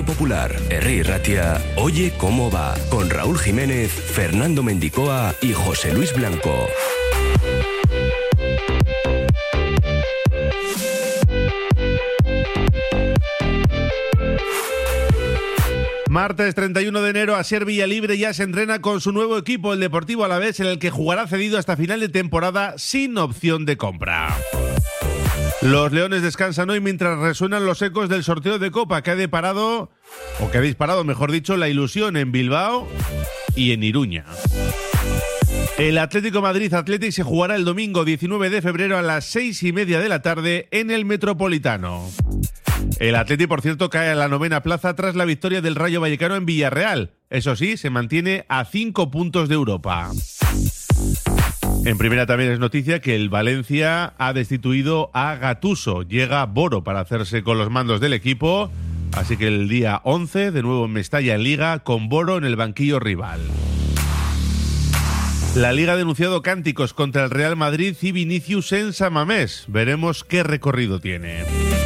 Popular, Herri Ratia, Oye Cómo Va, con Raúl Jiménez, Fernando Mendicoa y José Luis Blanco. Martes 31 de enero, Asier Villalibre ya se entrena con su nuevo equipo, el Deportivo Alavés, en el que jugará cedido hasta final de temporada sin opción de compra. Los leones descansan hoy mientras resuenan los ecos del sorteo de Copa que ha disparado, mejor dicho, la ilusión en Bilbao y en Iruña. El Atlético Madrid Athletic se jugará el domingo 19 de febrero a las 6:30 de la tarde en el Metropolitano. El Atleti, por cierto, cae a la 9ª plaza tras la victoria del Rayo Vallecano en Villarreal. Eso sí, se mantiene a 5 puntos de Europa. En primera también es noticia que el Valencia ha destituido a Gattuso. Llega Boro para hacerse con los mandos del equipo. Así que el día 11, de nuevo en Mestalla en Liga, con Boro en el banquillo rival. La Liga ha denunciado cánticos contra el Real Madrid y Vinicius en San Mamés. Veremos qué recorrido tiene.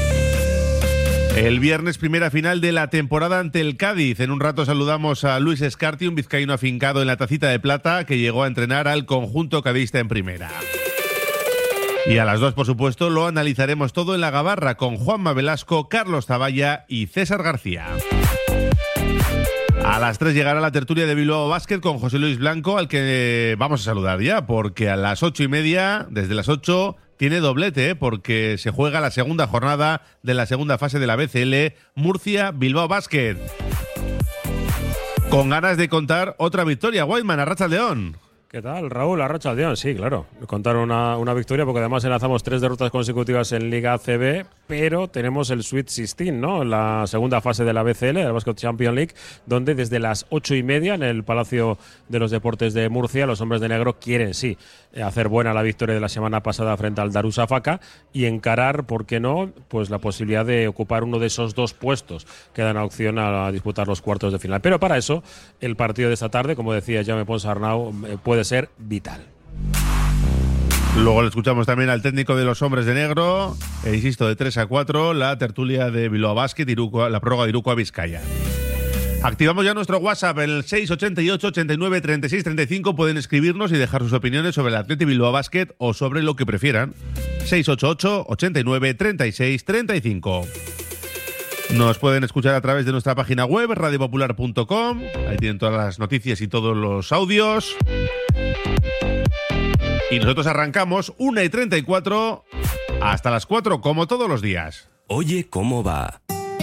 El viernes, primera final de la temporada ante el Cádiz. En un rato saludamos a Luis Escarti, un vizcaíno afincado en la Tacita de Plata, que llegó a entrenar al conjunto cadista en primera. Y a las 2, por supuesto, lo analizaremos todo en La Gabarra con Juanma Velasco, Carlos Zavalla y César García. A las 3 llegará la tertulia de Bilbao Basket con José Luis Blanco, al que vamos a saludar ya, porque a las 8:30, desde las 8... tiene doblete, porque se juega la segunda jornada de la segunda fase de la BCL Murcia-Bilbao Basket. Con ganas de contar otra victoria. Whiteman, Arratsaldeon. ¿Qué tal, Raúl? Arratsaldeon, sí, claro. Contar una victoria porque además enlazamos 3 derrotas consecutivas en Liga ACB, pero tenemos el Sweet 16, ¿no? La segunda fase de la BCL, la Basket Champions League, donde desde las 8:30 en el Palacio de los Deportes de Murcia, los hombres de negro quieren, sí, hacer buena la victoria de la semana pasada frente al Darussafaka y encarar, ¿por qué no?, pues la posibilidad de ocupar uno de esos 2 puestos que dan opción a disputar los cuartos de final. Pero para eso, el partido de esta tarde, como decía Jaume Ponsarnau, puede ser vital. Luego le escuchamos también al técnico de los hombres de negro, insisto, de 3-4, la tertulia de Bilbao Basket, la prórroga de Iruko Vizcaya. Activamos ya nuestro WhatsApp, el 688 89 36 35. Pueden escribirnos y dejar sus opiniones sobre el Athletic Bilbao Basket o sobre lo que prefieran. 688 89 36 35. Nos pueden escuchar a través de nuestra página web, radiopopular.com. Ahí tienen todas las noticias y todos los audios. Y nosotros arrancamos 1:34 hasta las 4, como todos los días. Oye Cómo Va.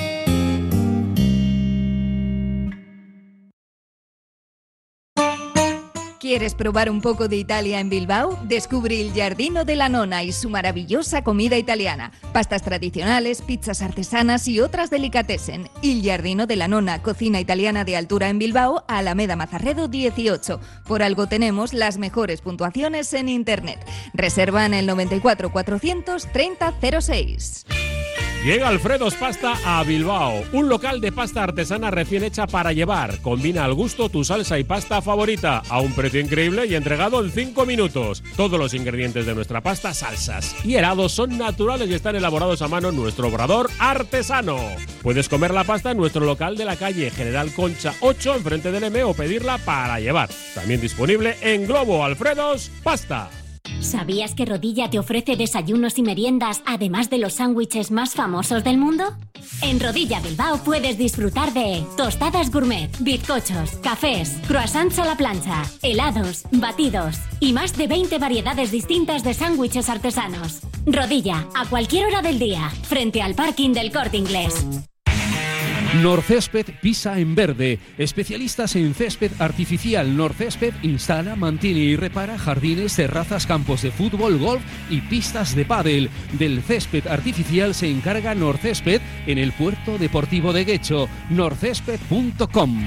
¿Quieres probar un poco de Italia en Bilbao? Descubre il Giardino della Nonna y su maravillosa comida italiana. Pastas tradicionales, pizzas artesanas y otras delicatessen. Il Giardino della Nonna, cocina italiana de altura en Bilbao, Alameda Mazarredo 18. Por algo tenemos las mejores puntuaciones en internet. Reserva en el 94 430 06. Llega Alfredo's Pasta a Bilbao, un local de pasta artesana recién hecha para llevar. Combina al gusto tu salsa y pasta favorita a un precio increíble y entregado en 5 minutos. Todos los ingredientes de nuestra pasta, salsas y helados son naturales y están elaborados a mano en nuestro obrador artesano. Puedes comer la pasta en nuestro local de la calle General Concha 8, enfrente del M, o pedirla para llevar. También disponible en Globo. Alfredo's Pasta. ¿Sabías que Rodilla te ofrece desayunos y meriendas, además de los sándwiches más famosos del mundo? En Rodilla Bilbao puedes disfrutar de tostadas gourmet, bizcochos, cafés, croissants a la plancha, helados, batidos y más de 20 variedades distintas de sándwiches artesanos. Rodilla, a cualquier hora del día, frente al parking del Corte Inglés. Norcésped pisa en verde. Especialistas en césped artificial. Norcésped instala, mantiene y repara jardines, terrazas, campos de fútbol, golf y pistas de pádel. Del césped artificial se encarga Norcésped en el Puerto Deportivo de Guecho. norcésped.com.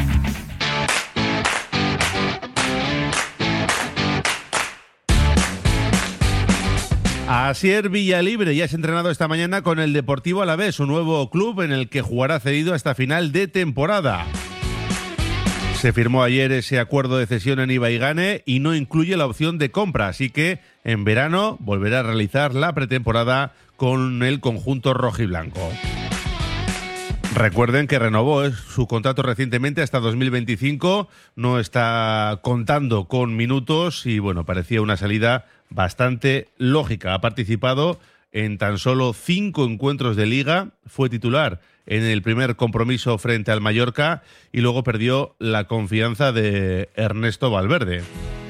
Asier Villalibre ya es entrenado esta mañana con el Deportivo Alavés, su nuevo club en el que jugará cedido hasta final de temporada. Se firmó ayer ese acuerdo de cesión en Ibaigane y no incluye la opción de compra, así que en verano volverá a realizar la pretemporada con el conjunto rojiblanco. Recuerden que renovó su contrato recientemente hasta 2025, no está contando con minutos y bueno, parecía una salida bastante lógica. Ha participado en tan solo 5 encuentros de Liga, fue titular en el primer compromiso frente al Mallorca y luego perdió la confianza de Ernesto Valverde.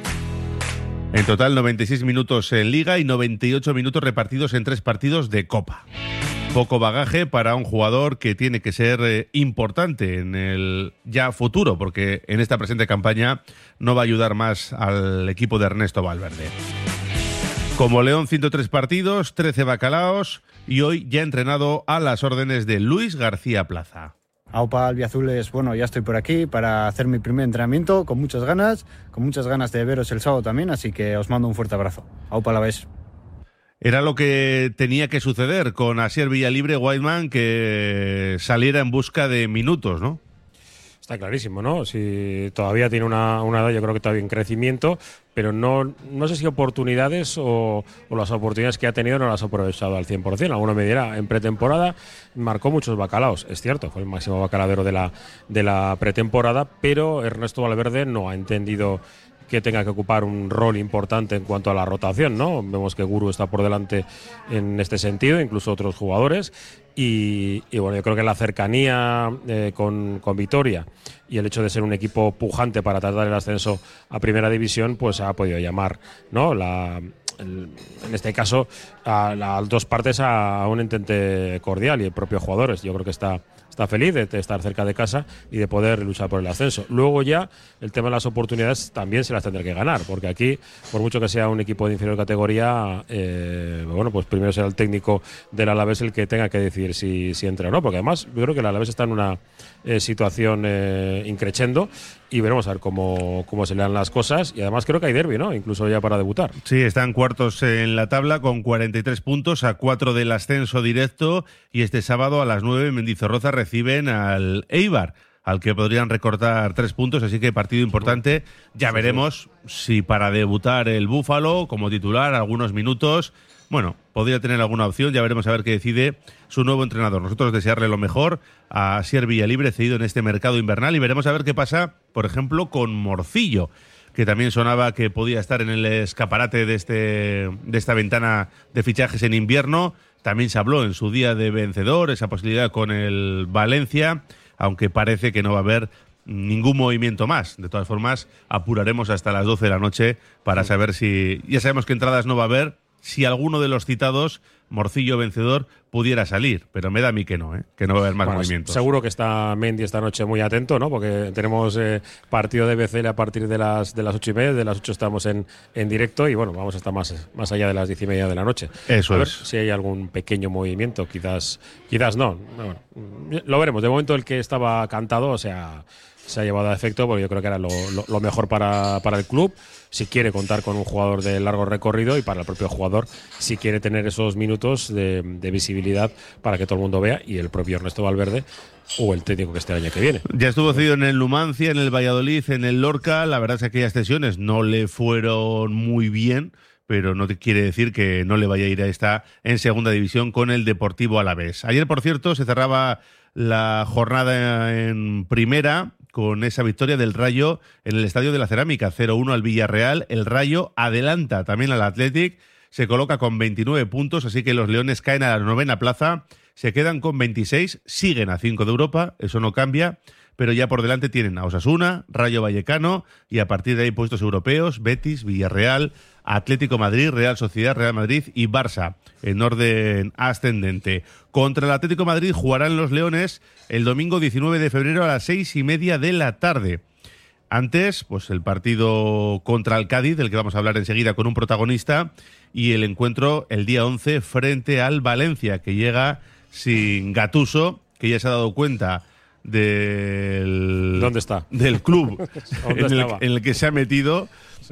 En total 96 minutos en Liga y 98 minutos repartidos en 3 partidos de Copa. Poco bagaje para un jugador que tiene que ser importante en el ya futuro, porque en esta presente campaña no va a ayudar más al equipo de Ernesto Valverde. Como León, 103 partidos, 13 bacalaos y hoy ya entrenado a las órdenes de Luis García Plaza. Aupa Albiazules, bueno, ya estoy por aquí para hacer mi primer entrenamiento con muchas ganas de veros el sábado también, así que os mando un fuerte abrazo. Aupa Alavés. Era lo que tenía que suceder con Asier Villalibre, Whiteman, que saliera en busca de minutos, ¿no? Está clarísimo, ¿no? Si todavía tiene una edad, yo creo que todavía en crecimiento, pero no sé si oportunidades o las oportunidades que ha tenido no las ha aprovechado al 100%. Alguno me dirá, en pretemporada marcó muchos bacalaos, es cierto, fue el máximo bacaladero de la pretemporada, pero Ernesto Valverde no ha entendido que tenga que ocupar un rol importante en cuanto a la rotación, ¿no? Vemos que Guru está por delante en este sentido, incluso otros jugadores. Y bueno, yo creo que la cercanía con Vitoria y el hecho de ser un equipo pujante para tratar el ascenso a Primera División, pues ha podido llamar, ¿no? En este caso, a las dos partes a un entente cordial y el propio jugadores. Yo creo que está feliz de estar cerca de casa y de poder luchar por el ascenso. Luego ya el tema de las oportunidades también se las tendrá que ganar, porque aquí, por mucho que sea un equipo de inferior categoría, bueno, pues primero será el técnico del Alavés el que tenga que decidir si entra o no, porque además yo creo que el Alavés está en una situación increchendo y veremos a ver cómo se le dan las cosas, y además creo que hay derbi, ¿no? Incluso ya para debutar. Sí, están cuartos en la tabla con 43 puntos, a 4 del ascenso directo, y este sábado a las 9 en Mendizorroza reciben al Eibar, al que podrían recortar 3 puntos, así que partido importante. Ya veremos si para debutar el Búfalo como titular algunos minutos, bueno, podría tener alguna opción, ya veremos a ver qué decide su nuevo entrenador. Nosotros desearle lo mejor a Asier Villalibre, cedido en este mercado invernal, y veremos a ver qué pasa, por ejemplo, con Morcillo, que también sonaba que podía estar en el escaparate de esta ventana de fichajes en invierno. También se habló en su día de vencedor, esa posibilidad con el Valencia, aunque parece que no va a haber ningún movimiento más. De todas formas, apuraremos hasta las 12 de la noche para saber si... Ya sabemos que entradas no va a haber, si alguno de los citados, Morcillo vencedor, pudiera salir, pero me da a mí que no va a haber más movimientos. Seguro que está Mendy esta noche muy atento, ¿no? Porque tenemos partido de BCL a partir de las 8:30, de las 8 estamos en directo y bueno, vamos hasta más allá de las 10:30 de la noche. Eso a ver es. si hay algún pequeño movimiento, quizás no. Bueno, lo veremos. De momento el que estaba cantado, o sea, se ha llevado a efecto, porque yo creo que era lo mejor para el club, si quiere contar con un jugador de largo recorrido, y para el propio jugador, si quiere tener esos minutos de visibilidad para que todo el mundo vea, y el propio Ernesto Valverde o el técnico que esté el año que viene. Ya estuvo cedido en el Numancia, en el Valladolid, en el Lorca. La verdad es que aquellas cesiones no le fueron muy bien, pero no te quiere decir que no le vaya a ir a esta en segunda división con el Deportivo Alavés. Ayer, por cierto, se cerraba la jornada en primera con esa victoria del Rayo en el Estadio de la Cerámica, 0-1 al Villarreal. El Rayo adelanta también al Athletic, se coloca con 29 puntos, así que los Leones caen a la 9ª plaza, se quedan con 26, siguen a 5 de Europa, eso no cambia, pero ya por delante tienen a Osasuna, Rayo Vallecano, y a partir de ahí puestos europeos, Betis, Villarreal, Atlético Madrid, Real Sociedad, Real Madrid y Barça, en orden ascendente. Contra el Atlético Madrid jugarán los Leones el domingo 19 de febrero a las 6:30 de la tarde. Antes, pues el partido contra el Cádiz, del que vamos a hablar enseguida con un protagonista, y el encuentro el día 11 frente al Valencia, que llega sin Gattuso, que ya se ha dado cuenta ¿Dónde está? Del club en el que se ha metido. Sí.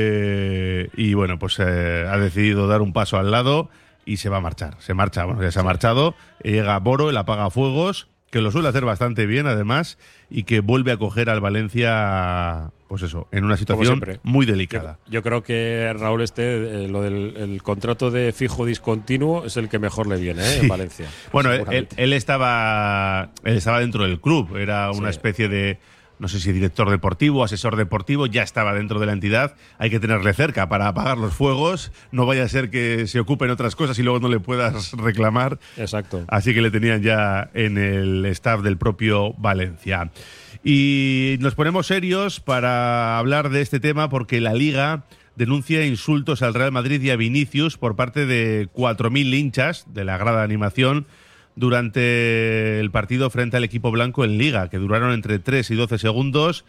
Y bueno, pues ha decidido dar un paso al lado y se va a marchar. Se marcha, bueno, ya se ha marchado. Llega Boro, el apagafuegos, que lo suele hacer bastante bien además y que vuelve a coger al Valencia, pues eso, en una situación muy delicada. Yo creo que Raúl lo del el contrato de fijo discontinuo es el que mejor le viene en Valencia. Bueno, él estaba dentro del club, era una especie de, no sé si director deportivo, asesor deportivo, ya estaba dentro de la entidad. Hay que tenerle cerca para apagar los fuegos. No vaya a ser que se ocupen otras cosas y luego no le puedas reclamar. Exacto. Así que le tenían ya en el staff del propio Valencia. Y nos ponemos serios para hablar de este tema porque la Liga denuncia insultos al Real Madrid y a Vinicius por parte de 4.000 hinchas de la grada de animación durante el partido frente al equipo blanco en Liga, que duraron entre 3 y 12 segundos.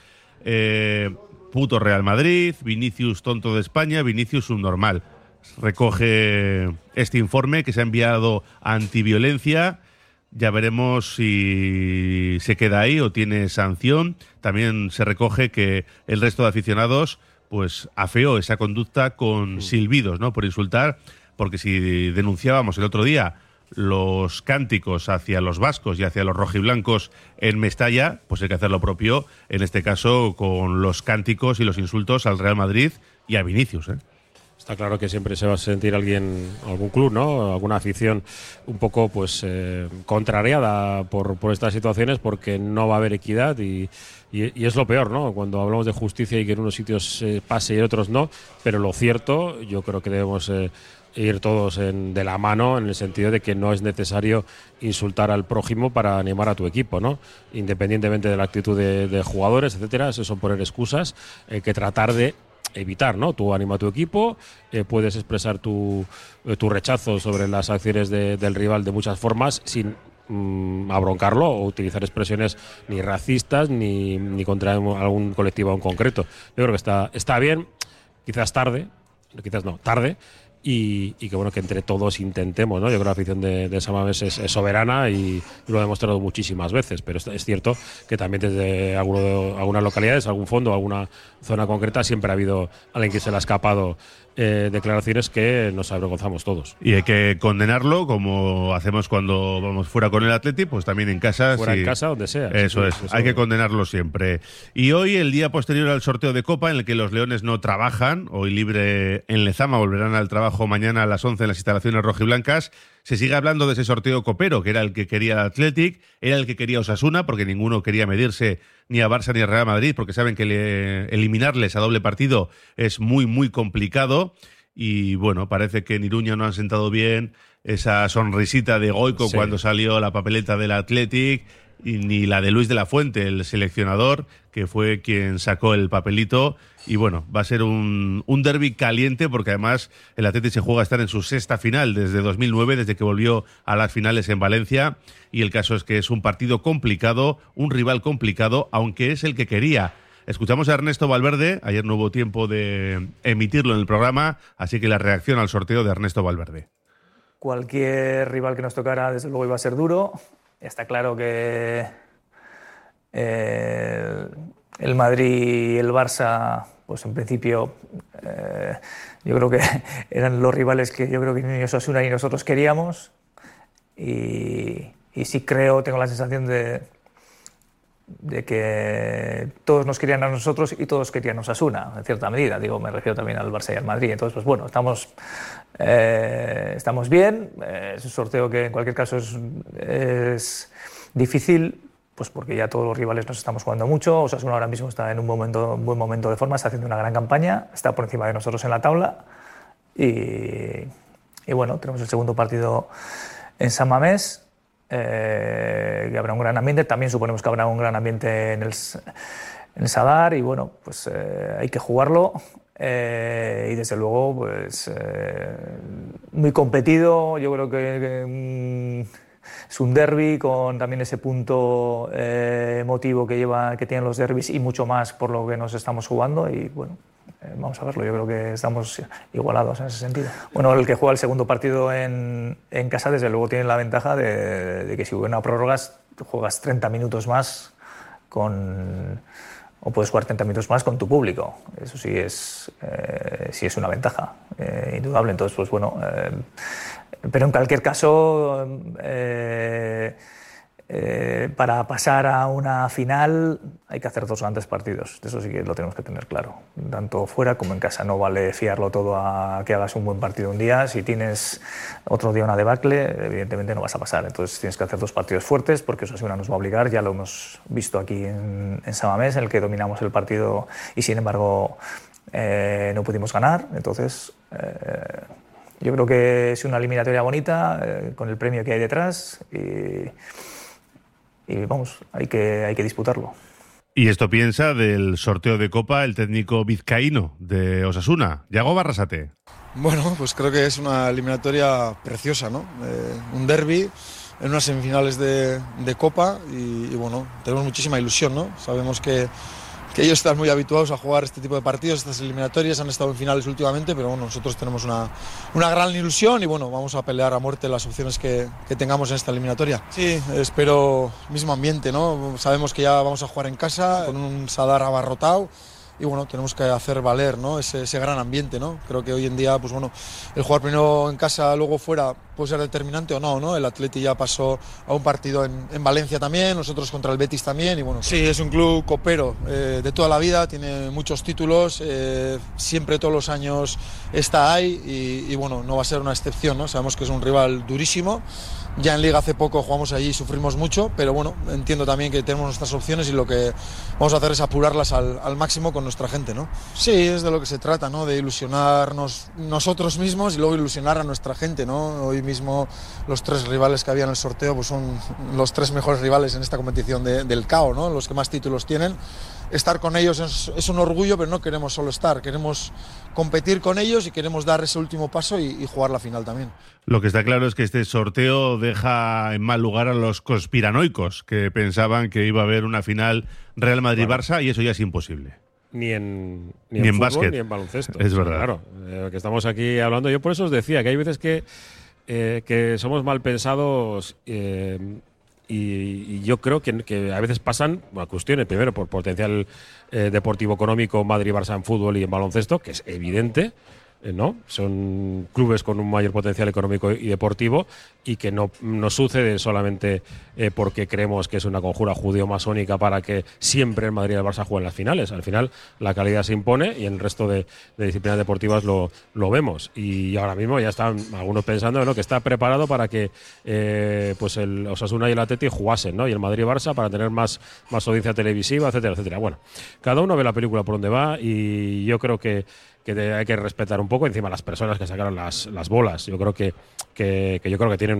Puto Real Madrid, Vinicius tonto de España, Vinicius subnormal. Recoge este informe que se ha enviado a Antiviolencia. Ya veremos si se queda ahí o tiene sanción. También se recoge que el resto de aficionados pues afeó esa conducta con silbidos, ¿no? Por insultar, porque si denunciábamos el otro día los cánticos hacia los vascos y hacia los rojiblancos en Mestalla, pues hay que hacer lo propio, en este caso con los cánticos y los insultos al Real Madrid y a Vinicius, ¿eh? Está claro que siempre se va a sentir algún club, ¿no? Alguna afición un poco pues contrariada por estas situaciones, porque no va a haber equidad y es lo peor, ¿no? Cuando hablamos de justicia y que en unos sitios pase y en otros no, pero lo cierto, yo creo que debemos ir todos de la mano en el sentido de que no es necesario insultar al prójimo para animar a tu equipo, ¿no? Independientemente de la actitud de jugadores, etcétera, eso son poner excusas que tratar de evitar, ¿no? Tú anima a tu equipo, puedes expresar tu rechazo sobre las acciones del rival de muchas formas sin abroncarlo o utilizar expresiones ni racistas ni contra algún colectivo en concreto. Yo creo que está bien, quizás tarde, y que bueno, que entre todos intentemos, ¿no? Yo creo que la afición de San Mamés es soberana y lo ha demostrado muchísimas veces, pero es cierto que también desde algunas localidades, algún fondo, alguna zona concreta, siempre ha habido alguien que se le ha escapado declaraciones que nos avergonzamos todos. Y hay que condenarlo, como hacemos cuando vamos fuera con el Atleti, pues también en casa. Fuera en casa, donde sea. Eso es, hay que condenarlo siempre. Y hoy, el día posterior al sorteo de Copa, en el que los Leones no trabajan, hoy libre en Lezama, volverán al trabajo mañana a las 11 en las instalaciones rojiblancas. Se sigue hablando de ese sorteo copero, que era el que quería el Athletic, era el que quería Osasuna, porque ninguno quería medirse ni a Barça ni a Real Madrid, porque saben que eliminarles a doble partido es muy, muy complicado. Y bueno, parece que en Iruña no han sentado bien esa sonrisita de Goico cuando salió la papeleta del Athletic, y ni la de Luis de la Fuente, el seleccionador, que fue quien sacó el papelito. Y bueno, va a ser un derbi caliente, porque además el Atleti se juega a estar en su sexta final desde 2009, desde que volvió a las finales en Valencia. Y el caso es que es un partido complicado, un rival complicado, aunque es el que quería. Escuchamos a Ernesto Valverde, ayer no hubo tiempo de emitirlo en el programa, así que la reacción al sorteo de Ernesto Valverde. Cualquier rival que nos tocara, desde luego, iba a ser duro. Está claro que el Madrid y el Barça, pues en principio, yo creo que eran los rivales que yo creo que ni Osasuna ni nosotros queríamos. Y sí tengo la sensación de que todos nos querían a nosotros y todos querían a Osasuna, en cierta medida. Me refiero también al Barça y al Madrid. Entonces, pues bueno, estamos bien. Es un sorteo que en cualquier caso es difícil, pues porque ya todos los rivales nos estamos jugando mucho. Osasuna ahora mismo está en un buen momento de forma, está haciendo una gran campaña, está por encima de nosotros en la tabla. Y bueno, tenemos el segundo partido en San Mamés. Que habrá un gran ambiente, también suponemos que habrá un gran ambiente en el Sadar, y bueno, pues hay que jugarlo, y desde luego pues muy competido. Yo creo que es un derbi con también ese punto emotivo que tienen los derbis y mucho más por lo que nos estamos jugando, y bueno, vamos a verlo. Yo creo que estamos igualados en ese sentido. Bueno, el que juega el segundo partido en casa, desde luego tiene la ventaja de que si hubiera una prórroga, juegas 30 minutos más o puedes jugar 30 minutos más con tu público. Eso sí es una ventaja indudable. Entonces, pues bueno, pero en cualquier caso, para pasar a una final hay que hacer 2 grandes partidos. Eso sí que lo tenemos que tener claro. Tanto fuera como en casa. No vale fiarlo todo a que hagas un buen partido un día. Si tienes otro día una debacle, evidentemente no vas a pasar. Entonces tienes que hacer 2 partidos fuertes porque Osasuna nos va a obligar. Ya lo hemos visto aquí en San Mamés, en el que dominamos el partido y sin embargo no pudimos ganar. Entonces yo creo que es una eliminatoria bonita con el premio que hay detrás y vamos, hay que disputarlo. Y esto piensa del sorteo de Copa el técnico vizcaíno de Osasuna, Yago Barrasate. Bueno, pues creo que es una eliminatoria preciosa, ¿no? Un derbi en unas semifinales de Copa y bueno, tenemos muchísima ilusión, ¿no? Sabemos que ellos están muy habituados a jugar este tipo de partidos, estas eliminatorias, han estado en finales últimamente, pero bueno, nosotros tenemos una gran ilusión y bueno, vamos a pelear a muerte las opciones que tengamos en esta eliminatoria. Sí, espero mismo ambiente, ¿no? Sabemos que ya vamos a jugar en casa, con un Sadar abarrotado y bueno, tenemos que hacer valer, ¿no? ese gran ambiente, ¿no? Creo que hoy en día, pues bueno, el jugar primero en casa, luego fuera, puede ser determinante o no, ¿no? El Atleti ya pasó a un partido en Valencia también, nosotros contra el Betis también y bueno, sí, es un club copero de toda la vida, tiene muchos títulos, siempre todos los años está ahí y bueno, no va a ser una excepción, ¿no? Sabemos que es un rival durísimo. Ya en Liga hace poco jugamos allí y sufrimos mucho, pero bueno, entiendo también que tenemos nuestras opciones y lo que vamos a hacer es apurarlas al máximo con nuestra gente, ¿no? Sí, es de lo que se trata, ¿no? De ilusionarnos nosotros mismos y luego ilusionar a nuestra gente, ¿no? Hoy mismo los 3 rivales que había en el sorteo pues son los 3 mejores rivales en esta competición del CAO, ¿no? Los que más títulos tienen. Estar con ellos es un orgullo, pero no queremos solo estar, queremos competir con ellos y queremos dar ese último paso y jugar la final también. Lo que está claro es que este sorteo deja en mal lugar a los conspiranoicos que pensaban que iba a haber una final Real Madrid-Barça y eso ya es imposible. Ni en fútbol, básquet, ni en baloncesto. Es verdad. Claro, que estamos aquí hablando. Yo por eso os decía que hay veces que somos mal pensados y yo creo que a veces pasan cuestiones, primero por potencial deportivo económico Madrid-Barça en fútbol y en baloncesto, que es evidente, ¿no? Son clubes con un mayor potencial económico y deportivo y que no sucede solamente porque creemos que es una conjura judío-masónica para que siempre el Madrid y el Barça jueguen las finales. Al final la calidad se impone y en el resto de disciplinas deportivas lo vemos. Y ahora mismo ya están algunos pensando, ¿no?, que está preparado para que pues el Osasuna y el Atleti jugasen, ¿no?, y el Madrid y Barça para tener más audiencia televisiva, etcétera, etcétera. Bueno, cada uno ve la película por donde va y yo creo que hay que respetar un poco encima las personas que sacaron las bolas. Yo creo que tienen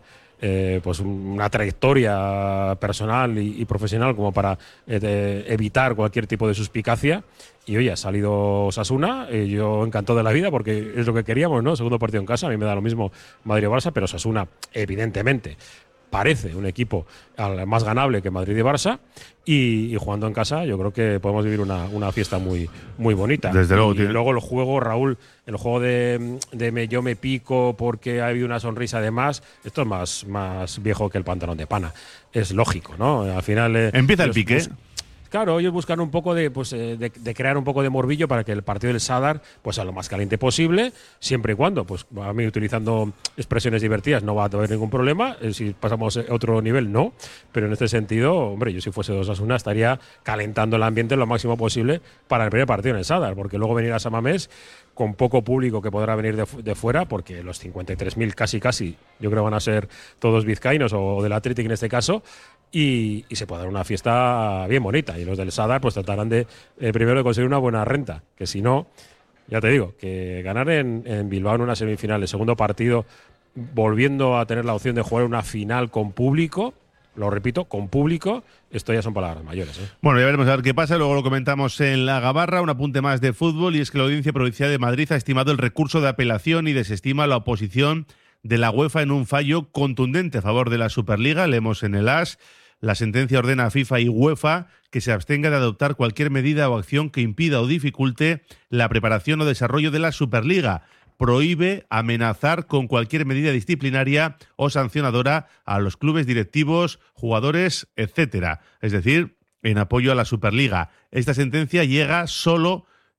una trayectoria personal y profesional como para evitar cualquier tipo de suspicacia. Y oye, ha salido Osasuna, yo encantado de la vida porque es lo que queríamos, ¿no? Segundo partido en casa, a mí me da lo mismo Madrid o Barça, pero Osasuna, evidentemente, parece un equipo más ganable que Madrid y Barça y jugando en casa yo creo que podemos vivir una fiesta muy, muy bonita. Desde luego, y luego el juego, Raúl, el juego de yo me pico porque ha habido una sonrisa de más, esto es más viejo que el pantalón de pana. Es lógico, ¿no? Al final empieza el pique. Claro, ellos buscan un poco de crear un poco de morbillo para que el partido del Sadar pues sea lo más caliente posible, siempre y cuando, pues a mí utilizando expresiones divertidas no va a haber ningún problema, si pasamos a otro nivel no, pero en este sentido, hombre, yo si fuese de Osasuna estaría calentando el ambiente lo máximo posible para el primer partido en el Sadar, porque luego venir a San Mamés con poco público que podrá venir de fuera, porque los 53.000 casi, yo creo van a ser todos vizcaínos o del Athletic en este caso, y se puede dar una fiesta bien bonita. Y los del Sadar pues tratarán primero de conseguir una buena renta, que si no, ya te digo, que ganar en Bilbao en una semifinal, el segundo partido, volviendo a tener la opción de jugar una final con público, lo repito, con público, esto ya son palabras mayores, ¿eh? Bueno, ya veremos a ver qué pasa, luego lo comentamos en la Gabarra. Un apunte más de fútbol, y es que la Audiencia Provincial de Madrid ha estimado el recurso de apelación y desestima la oposición de la UEFA en un fallo contundente a favor de la Superliga. Leemos en el AS: la sentencia ordena a FIFA y UEFA que se abstenga de adoptar cualquier medida o acción que impida o dificulte la preparación o desarrollo de la Superliga. Prohíbe amenazar con cualquier medida disciplinaria o sancionadora a los clubes directivos, jugadores, etcétera. Es decir, en apoyo a la Superliga. Esta sentencia llega solo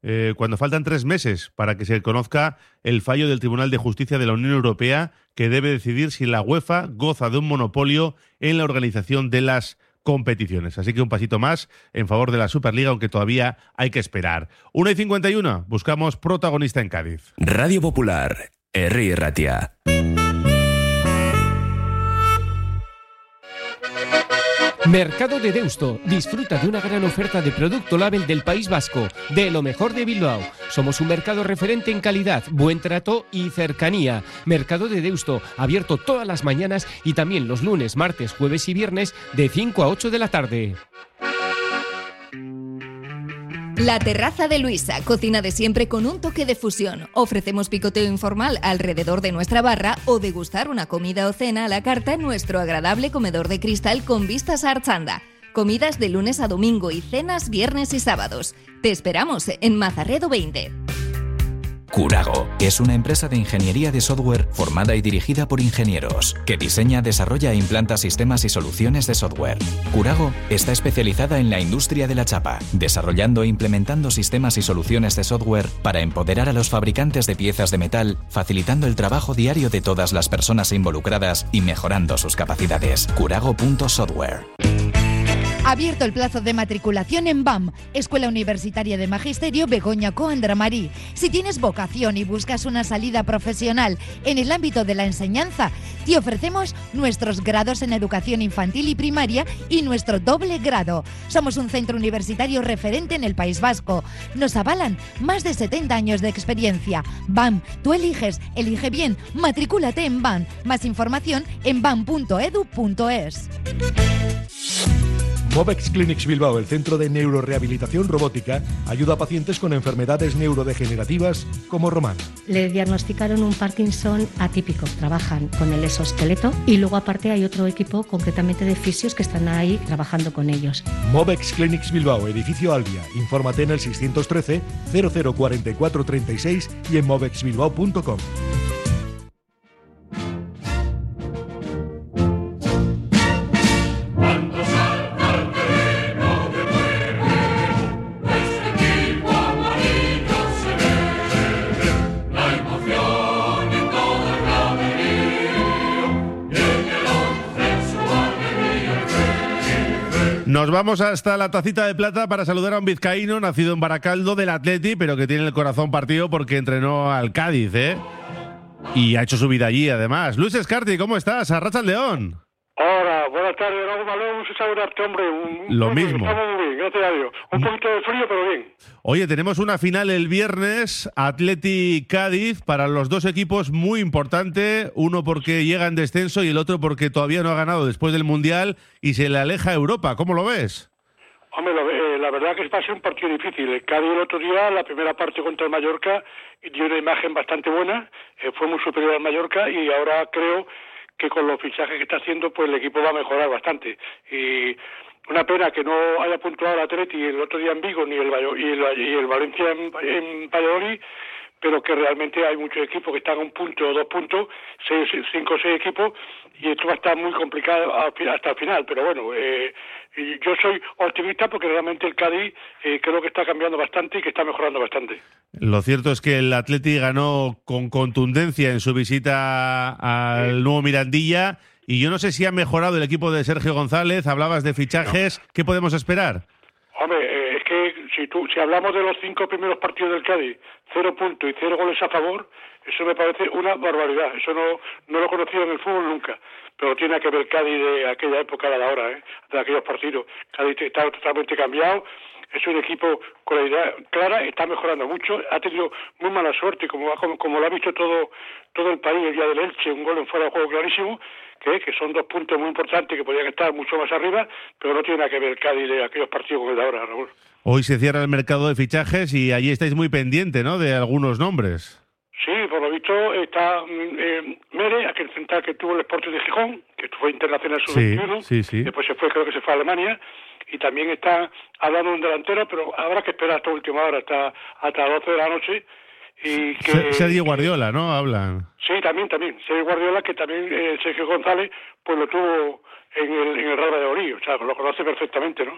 cuando faltan 3 meses para que se conozca el fallo del Tribunal de Justicia de la Unión Europea que debe decidir si la UEFA goza de un monopolio en la organización de las competiciones. Así que un pasito más en favor de la Superliga, aunque todavía hay que esperar. 1:51, buscamos protagonista en Cádiz. Radio Popular, Herri Ratia. Mercado de Deusto. Disfruta de una gran oferta de producto label del País Vasco, de lo mejor de Bilbao. Somos un mercado referente en calidad, buen trato y cercanía. Mercado de Deusto, abierto todas las mañanas y también los lunes, martes, jueves y viernes de 5 a 8 de la tarde. La Terraza de Luisa, cocina de siempre con un toque de fusión. Ofrecemos picoteo informal alrededor de nuestra barra o degustar una comida o cena a la carta en nuestro agradable comedor de cristal con vistas a Archanda. Comidas de lunes a domingo y cenas viernes y sábados. Te esperamos en Mazarredo 20. Curago es una empresa de ingeniería de software formada y dirigida por ingenieros, que diseña, desarrolla e implanta sistemas y soluciones de software. Curago está especializada en la industria de la chapa, desarrollando e implementando sistemas y soluciones de software para empoderar a los fabricantes de piezas de metal, facilitando el trabajo diario de todas las personas involucradas y mejorando sus capacidades. Curago.software. Abierto el plazo de matriculación en BAM, Escuela Universitaria de Magisterio Begoña Coandramarí. Si tienes vocación y buscas una salida profesional en el ámbito de la enseñanza, te ofrecemos nuestros grados en educación infantil y primaria y nuestro doble grado. Somos un centro universitario referente en el País Vasco. Nos avalan más de 70 años de experiencia. BAM, tú eliges, elige bien, matricúlate en BAM. Más información en bam.edu.es. Movex Clinics Bilbao, el centro de neurorehabilitación robótica, ayuda a pacientes con enfermedades neurodegenerativas como Román. Le diagnosticaron un Parkinson atípico, trabajan con el exoesqueleto y luego aparte hay otro equipo concretamente de fisios que están ahí trabajando con ellos. Movex Clinics Bilbao, edificio Albia. Infórmate en el 613 0044 36 y en movexbilbao.com. Nos vamos hasta la Tacita de Plata para saludar a un vizcaíno nacido en Baracaldo del Atleti, pero que tiene el corazón partido porque entrenó al Cádiz, ¿eh? Y ha hecho su vida allí, además. Luis Escarti, ¿cómo estás? Arratsaldeón. Hola, buenas tardes, Raúl Malón, un saludarte, hombre. Lo mismo. Estamos muy bien, gracias a Dios. Un poquito de frío, pero bien. Oye, tenemos una final el viernes, Atleti-Cádiz, para los dos equipos muy importante, uno porque llega en descenso y el otro porque todavía no ha ganado después del Mundial y se le aleja a Europa. ¿Cómo lo ves? Hombre, la verdad que va a ser un partido difícil. El Cádiz el otro día, la primera parte contra el Mallorca, dio una imagen bastante buena, fue muy superior al Mallorca y ahora creo que con los fichajes que está haciendo, pues el equipo va a mejorar bastante. Y una pena que no haya puntuado el Atleti el otro día en Vigo ni el Valencia en Valladolid, pero que realmente hay muchos equipos que están a un punto o 2 puntos, 5 o 6 equipos, y esto va a estar muy complicado hasta el final. Pero bueno, yo soy optimista porque realmente el Cádiz creo que está cambiando bastante y que está mejorando bastante. Lo cierto es que el Atleti ganó con contundencia en su visita al nuevo Mirandilla, y yo no sé si ha mejorado el equipo de Sergio González. Hablabas de fichajes, no. ¿Qué podemos esperar? Hombre, es que si hablamos de los 5 primeros partidos del Cádiz, 0 puntos y 0 goles a favor, eso me parece una barbaridad. Eso no lo he conocido en el fútbol nunca. Pero tiene que ver el Cádiz de aquella época de ahora, de aquellos partidos. Cádiz está totalmente cambiado. Es un equipo con la idea clara, está mejorando mucho. Ha tenido muy mala suerte, como lo ha visto todo el país el día del Elche, un gol en fuera de juego clarísimo, que son 2 puntos muy importantes que podrían estar mucho más arriba, pero no tiene nada que ver el Cádiz de aquellos partidos como el de ahora, Raúl. Hoy se cierra el mercado de fichajes y allí estáis muy pendiente, ¿no?, de algunos nombres. Sí, por lo visto está Mere, aquel central que tuvo el Sporting de Gijón, que fue internacional sub-21, sí. Después creo que se fue a Alemania, y también está hablando de un delantero, pero habrá que esperar hasta última hora, hasta las 12 de la noche. Y que Sergio Guardiola, ¿no? Hablan. Sí, también. Sergio Guardiola, que también Sergio González, pues lo tuvo en el Real Valladolid, o sea, lo conoce perfectamente, ¿no?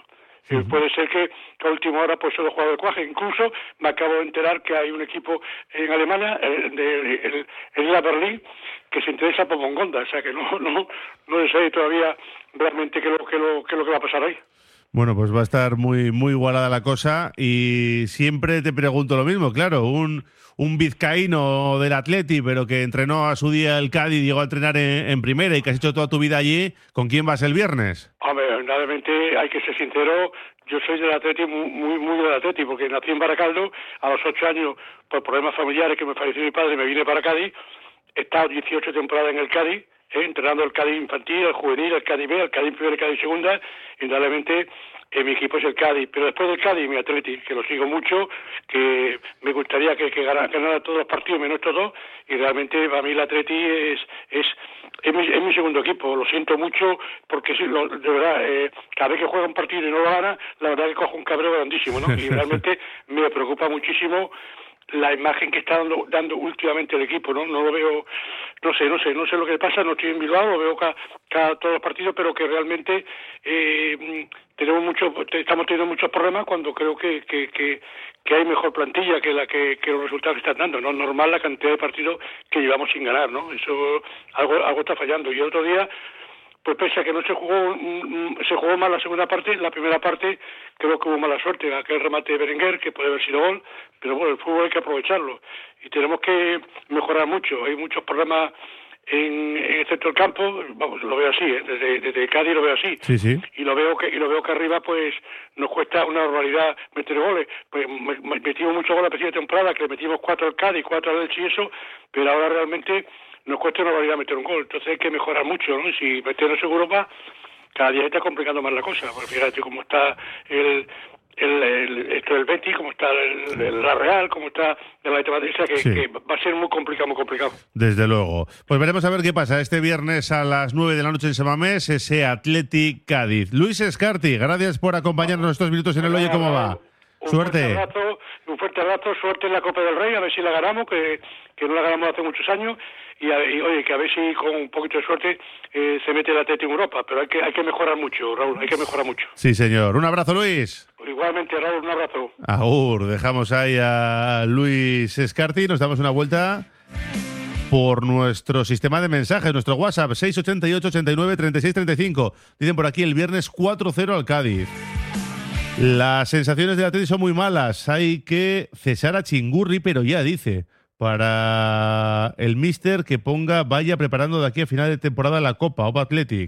Puede ser que a última hora pues solo juega el cuaje. Incluso me acabo de enterar que hay un equipo en Alemania, el Hertha Berlín, que se interesa por Bongonda, o sea que no se sabe todavía realmente qué es lo que va a pasar ahí. Bueno, pues va a estar muy, muy igualada la cosa y siempre te pregunto lo mismo, claro, un vizcaíno del Atleti, pero que entrenó a su día el Cádiz y llegó a entrenar en primera y que has hecho toda tu vida allí, ¿con quién vas el viernes? Hombre, realmente hay que ser sincero, yo soy del Atleti, muy del Atleti, porque nací en Baracaldo, a los 8 años, por problemas familiares que me falleció mi padre, me vine para Cádiz, he estado 18 temporadas en el Cádiz, entrenando el Cádiz infantil, el juvenil, el Cádiz B, el Cádiz primera y el Cádiz segunda, indudablemente mi equipo es el Cádiz, pero después del Cádiz mi Atleti, que lo sigo mucho, que me gustaría que ganara todos los partidos menos estos dos, y realmente para mí el Atleti es mi segundo equipo, lo siento mucho, porque sí, de verdad, cada vez que juega un partido y no lo gana, la verdad que cojo un cabreo grandísimo, ¿no? Y realmente me preocupa muchísimo la imagen que está dando últimamente el equipo, ¿no? No lo veo, no sé lo que pasa, no estoy en Bilbao, lo veo cada todos los partidos, pero que realmente estamos teniendo muchos problemas cuando creo que hay mejor plantilla que los resultados que están dando, ¿no? Normal la cantidad de partidos que llevamos sin ganar, ¿no? Eso algo está fallando. Y el otro día, pues pese a que no se jugó mal la segunda parte, la primera parte creo que hubo mala suerte, aquel remate de Berenguer, que puede haber sido gol, pero bueno, el fútbol hay que aprovecharlo y tenemos que mejorar mucho. Hay muchos problemas en el centro del campo, vamos, lo veo así, desde Cádiz lo veo así, sí. y lo veo que arriba pues nos cuesta una barbaridad meter goles. Pues metimos muchos goles la primera temporada, que le metimos 4 al Cádiz, 4 al Elche y eso, pero ahora realmente nos cuesta una barbaridad meter un gol, entonces hay que mejorar mucho, ¿no? Y si meternos en Europa, cada día está complicando más la cosa, porque fíjate cómo está el Betis, cómo está la Real, cómo está la Matemática, que va a ser muy complicado. Desde luego. Pues veremos a ver qué pasa este viernes a las 9 de la noche en Samamés, ese Athletic Cádiz. Luis Escarti, gracias por acompañarnos estos minutos en el Oye Cómo Va. Suerte. Un fuerte abrazo, suerte en la Copa del Rey, a ver si la ganamos, que no la ganamos hace muchos años, y oye, que a ver si con un poquito de suerte se mete el Atleti en Europa, pero hay que mejorar mucho, Raúl, hay que mejorar mucho. Sí, señor. Un abrazo, Luis. Igualmente, Raúl, un abrazo. Agur, dejamos ahí a Luis Escarti, nos damos una vuelta por nuestro sistema de mensajes, nuestro WhatsApp, 688 89 36 35. Dicen por aquí el viernes 4-0 al Cádiz. Las sensaciones del Atleti son muy malas. Hay que cesar a Chingurri, pero ya dice, para el míster que vaya preparando de aquí a final de temporada la Copa Athletic.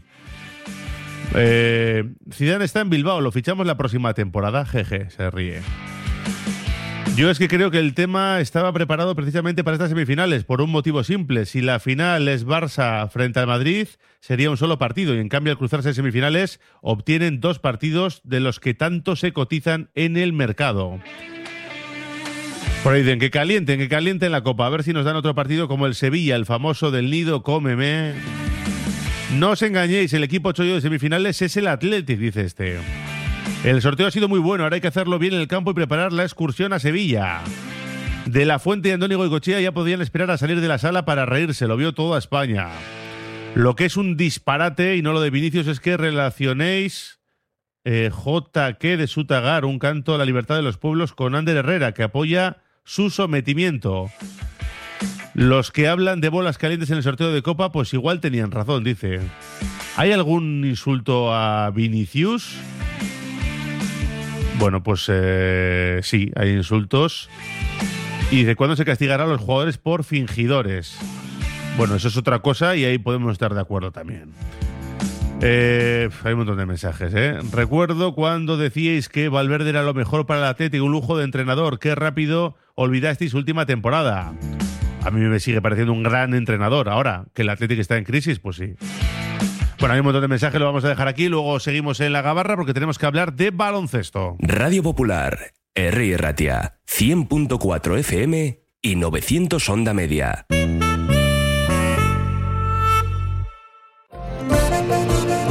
Zidane está en Bilbao, lo fichamos la próxima temporada. Jeje, se ríe. Yo es que creo que el tema estaba preparado precisamente para estas semifinales, por un motivo simple. Si la final es Barça frente al Madrid, sería un solo partido, y en cambio al cruzarse en semifinales obtienen 2 partidos de los que tanto se cotizan en el mercado. Por ahí dicen que calienten la Copa, a ver si nos dan otro partido como el Sevilla, el famoso del Nido, cómeme. No os engañéis, el equipo chollo de semifinales es el Athletic, dice este. El sorteo ha sido muy bueno, ahora hay que hacerlo bien en el campo y preparar la excursión a Sevilla. De la Fuente y Andónigo Goicoechea ya podían esperar a salir de la sala para reírse, lo vio toda España. Lo que es un disparate, y no lo de Vinicius, es que relacionéis JK de Sutagar, un canto a la libertad de los pueblos, con Ander Herrera, que apoya su sometimiento. Los que hablan de bolas calientes en el sorteo de Copa, pues igual tenían razón, dice. ¿Hay algún insulto a Vinicius? Bueno, pues sí, hay insultos. Y dice, ¿cuándo se castigará a los jugadores por fingidores? Bueno, eso es otra cosa y ahí podemos estar de acuerdo también. Hay un montón de mensajes, ¿eh? Recuerdo cuando decíais que Valverde era lo mejor para el Atlético, un lujo de entrenador. Qué rápido olvidasteis su última temporada. A mí me sigue pareciendo un gran entrenador. Ahora, que el Atlético está en crisis, pues sí. Bueno, hay un montón de mensajes, lo vamos a dejar aquí. Luego seguimos en la gabarra porque tenemos que hablar de baloncesto. Radio Popular, Herri Ratia, 100.4 FM y 900 Onda Media. El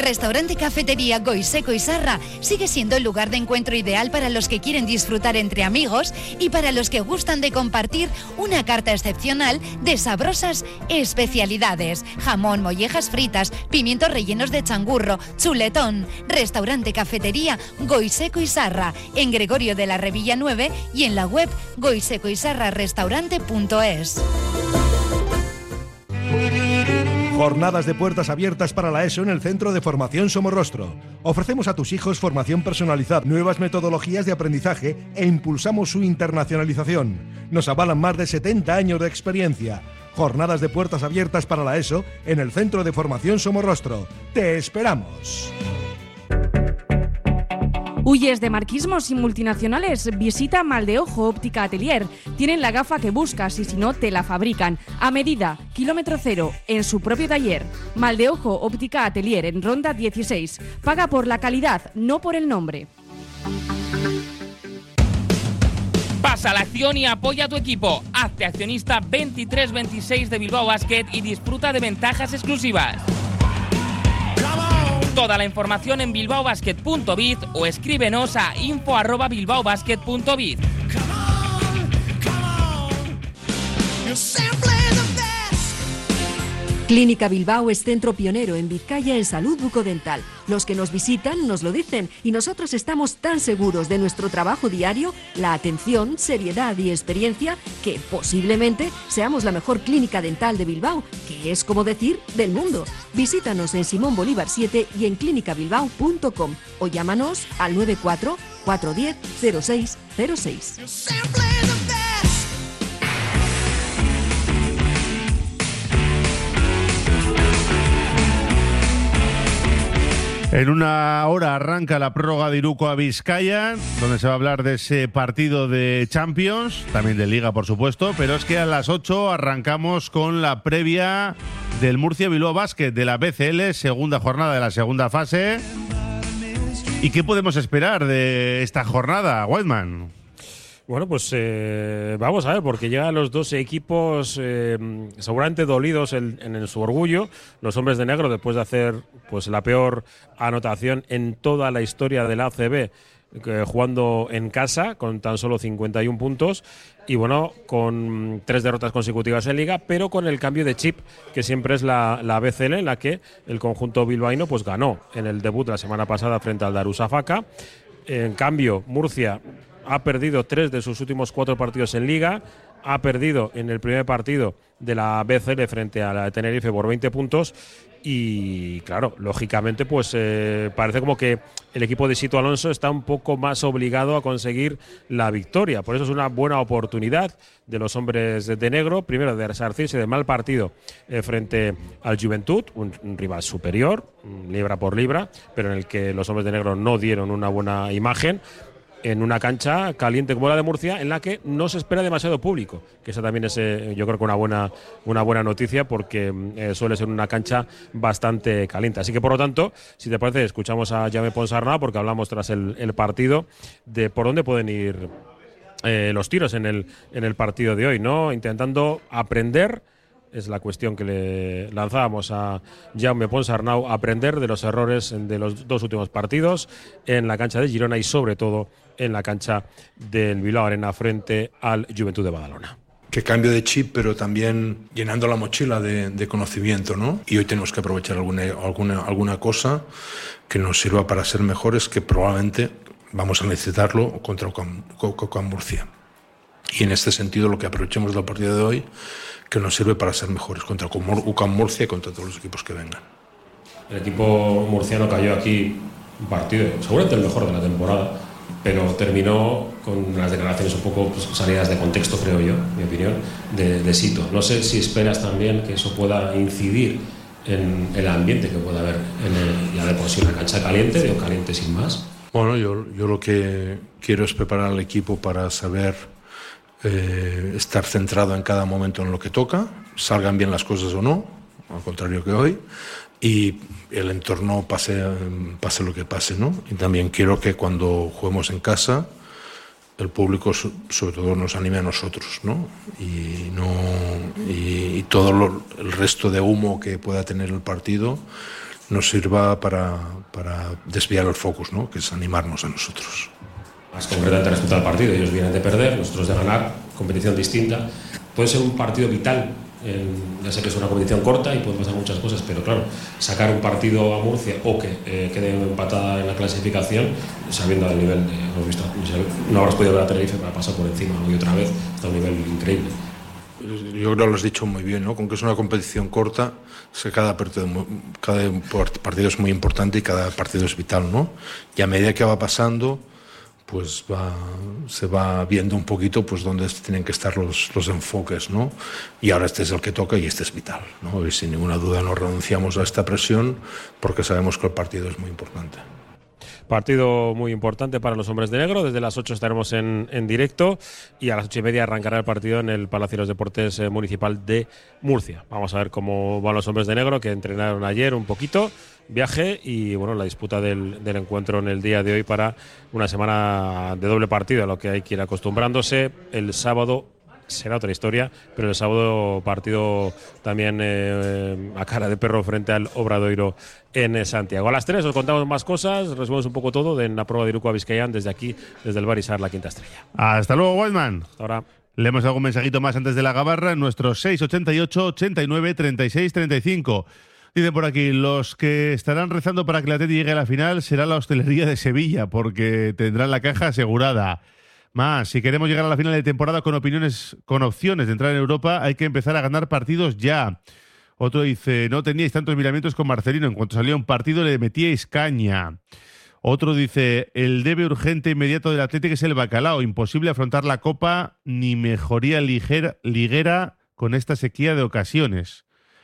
Restaurante Cafetería Goiseco y Sarra sigue siendo el lugar de encuentro ideal para los que quieren disfrutar entre amigos y para los que gustan de compartir una carta excepcional de sabrosas especialidades: jamón, mollejas fritas, pimientos rellenos de changurro, chuletón. Restaurante Cafetería Goiseco y Sarra, en Gregorio de la Revilla 9 y en la web goisecoysarrarestaurante.es. Jornadas de puertas abiertas para la ESO en el Centro de Formación Somorrostro. Ofrecemos a tus hijos formación personalizada, nuevas metodologías de aprendizaje e impulsamos su internacionalización. Nos avalan más de 70 años de experiencia. Jornadas de puertas abiertas para la ESO en el Centro de Formación Somorrostro. ¡Te esperamos! ¿Huyes de marquismos y multinacionales? Visita Maldeojo Óptica Atelier. Tienen la gafa que buscas y si no, te la fabrican. A medida, kilómetro cero, en su propio taller. Maldeojo Óptica Atelier, en Ronda 16. Paga por la calidad, no por el nombre. Pasa la acción y apoya a tu equipo. Hazte accionista 2326 de Bilbao Basket y disfruta de ventajas exclusivas. Toda la información en bilbaobasket.biz o escríbenos a info@bilbaobasket.biz. Clínica Bilbao es centro pionero en Vizcaya en salud bucodental. Los que nos visitan nos lo dicen y nosotros estamos tan seguros de nuestro trabajo diario, la atención, seriedad y experiencia, que posiblemente seamos la mejor clínica dental de Bilbao, que es como decir del mundo. Visítanos en Simón Bolívar 7 y en clinicabilbao.com o llámanos al 94 410 0606. En una hora arranca la prórroga de Iruko a Vizcaya, donde se va a hablar de ese partido de Champions, también de Liga, por supuesto, pero es que a las 8 arrancamos con la previa del Murcia Bilbao Basket, de la BCL, segunda jornada de la segunda fase. ¿Y qué podemos esperar de esta jornada, Whiteman? Bueno, pues vamos a ver, porque llegan los dos equipos seguramente dolidos en su orgullo. Los hombres de negro, después de hacer pues la peor anotación en toda la historia del ACB, jugando en casa con tan solo 51 puntos y bueno, con 3 derrotas consecutivas en Liga, pero con el cambio de chip que siempre es la BCL, en la que el conjunto bilbaíno pues ganó en el debut la semana pasada frente al Darusafaka. En cambio, Murcia ha perdido 3 de sus últimos 4 partidos en Liga, ha perdido en el primer partido de la BCL frente a la Tenerife por 20 puntos y, claro, lógicamente, pues parece como que el equipo de Sito Alonso está un poco más obligado a conseguir la victoria. Por eso es una buena oportunidad de los hombres de negro, primero de resarcirse de mal partido frente al Juventud, un rival superior, libra por libra, pero en el que los hombres de negro no dieron una buena imagen, en una cancha caliente como la de Murcia, en la que no se espera demasiado público, que esa también es yo creo que una buena noticia, porque suele ser una cancha bastante caliente. Así que, por lo tanto, si te parece, escuchamos a Jaume Ponsarnau, porque hablamos tras el partido de por dónde pueden ir los tiros en el partido de hoy, ¿no? Intentando aprender, es la cuestión que le lanzábamos a Jaume Ponsarnau, aprender de los errores de los 2 últimos partidos en la cancha de Girona y sobre todo en la cancha del Bilbao Arena frente al Juventud de Badalona. Que cambio de chip, pero también llenando la mochila de conocimiento, ¿no? Y hoy tenemos que aprovechar alguna cosa que nos sirva para ser mejores, que probablemente vamos a necesitarlo contra UCAM Murcia. Y en este sentido, lo que aprovechemos de la partida de hoy, que nos sirve para ser mejores contra UCAM Murcia y contra todos los equipos que vengan. El equipo murciano cayó aquí un partido, seguramente el mejor de la temporada, pero terminó con las declaraciones un poco salidas de contexto, creo yo, mi opinión, de Sito. No sé si esperas también que eso pueda incidir en el ambiente que pueda haber ya de por sí una cancha caliente, o caliente sin más. Bueno, yo lo que quiero es preparar al equipo para saber estar centrado en cada momento en lo que toca, salgan bien las cosas o no, al contrario que hoy, y el entorno pase lo que pase, ¿no? Y también quiero que cuando juguemos en casa el público sobre todo nos anime a nosotros, ¿no? Y todo el resto de humo que pueda tener el partido nos sirva para desviar el focus, ¿no? Que es animarnos a nosotros. Más concretamente respecto al partido, ellos vienen de perder, nosotros de ganar, competición distinta. Puede ser un partido vital, ya sé que es una competición corta y pueden pasar muchas cosas, pero claro, sacar un partido a Murcia o que quede empatada en la clasificación, sabiendo el nivel, hemos visto, no habrás podido ver a Tenerife para pasar por encima y otra vez, está a un nivel increíble. Yo creo que lo has dicho muy bien, ¿no? Con que es una competición corta, es que cada partido es muy importante y cada partido es vital, ¿no? Y a medida que va pasando, pues se va viendo un poquito pues dónde tienen que estar los enfoques, ¿no? Y ahora este es el que toca y este es vital, ¿no? Y sin ninguna duda no renunciamos a esta presión porque sabemos que el partido es muy importante. Partido muy importante para los hombres de negro. Desde las 8 estaremos en directo y a las 8:30 arrancará el partido en el Palacio de los Deportes Municipal de Murcia. Vamos a ver cómo van los hombres de negro, que entrenaron ayer un poquito, viaje y bueno, la disputa del encuentro en el día de hoy para una semana de doble partido, a lo que hay que ir acostumbrándose. El sábado será otra historia, pero el sábado partido también a cara de perro frente al Obradoiro en Santiago. A las 3 os contamos más cosas, resumimos un poco todo en la prueba de Iruko a Vizcayán desde aquí, desde el Barisar, la Quinta Estrella. Hasta luego, Wildman. Hasta ahora. Leemos algún mensajito más antes de la gabarra en nuestro 688 89 36 35. Dicen por aquí, los que estarán rezando para que el Atleti llegue a la final será la hostelería de Sevilla, porque tendrán la caja asegurada. Más, si queremos llegar a la final de temporada con opciones de entrar en Europa, hay que empezar a ganar partidos ya. Otro dice, no teníais tantos miramientos con Marcelino, en cuanto salía un partido le metíais caña. Otro dice, el debe urgente inmediato del Atlético es el bacalao, imposible afrontar la Copa ni mejoría liguera con esta sequía de ocasiones.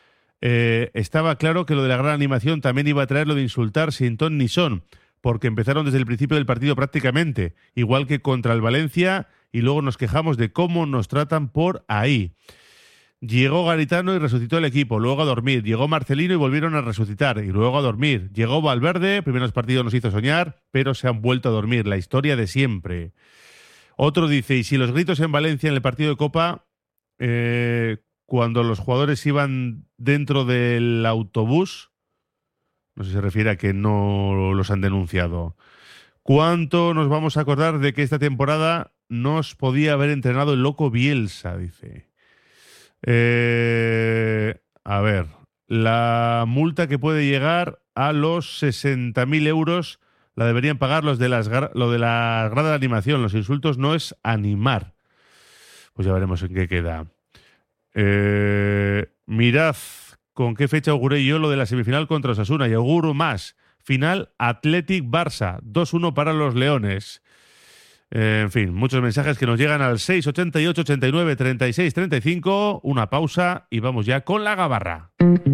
Estaba claro que lo de la gran animación también iba a traer lo de insultar sin ton ni son, porque empezaron desde el principio del partido prácticamente, igual que contra el Valencia, y luego nos quejamos de cómo nos tratan por ahí. Llegó Garitano y resucitó el equipo, luego a dormir. Llegó Marcelino y volvieron a resucitar, y luego a dormir. Llegó Valverde, primeros partidos nos hizo soñar, pero se han vuelto a dormir, la historia de siempre. Otro dice, y si los gritos en Valencia en el partido de Copa, cuando los jugadores iban dentro del autobús, no sé si se refiere a que no los han denunciado. ¿Cuánto nos vamos a acordar de que esta temporada nos podía haber entrenado el loco Bielsa? Dice. A ver, la multa que puede llegar a los 60.000 euros la deberían pagar lo de la grada de animación. Los insultos no es animar. Pues ya veremos en qué queda. Mirad con qué fecha auguré yo lo de la semifinal contra Osasuna y auguro más. Final Athletic-Barça, 2-1 para los Leones. En fin, muchos mensajes que nos llegan al 688 89 36 35. Una pausa y vamos ya con la gabarra.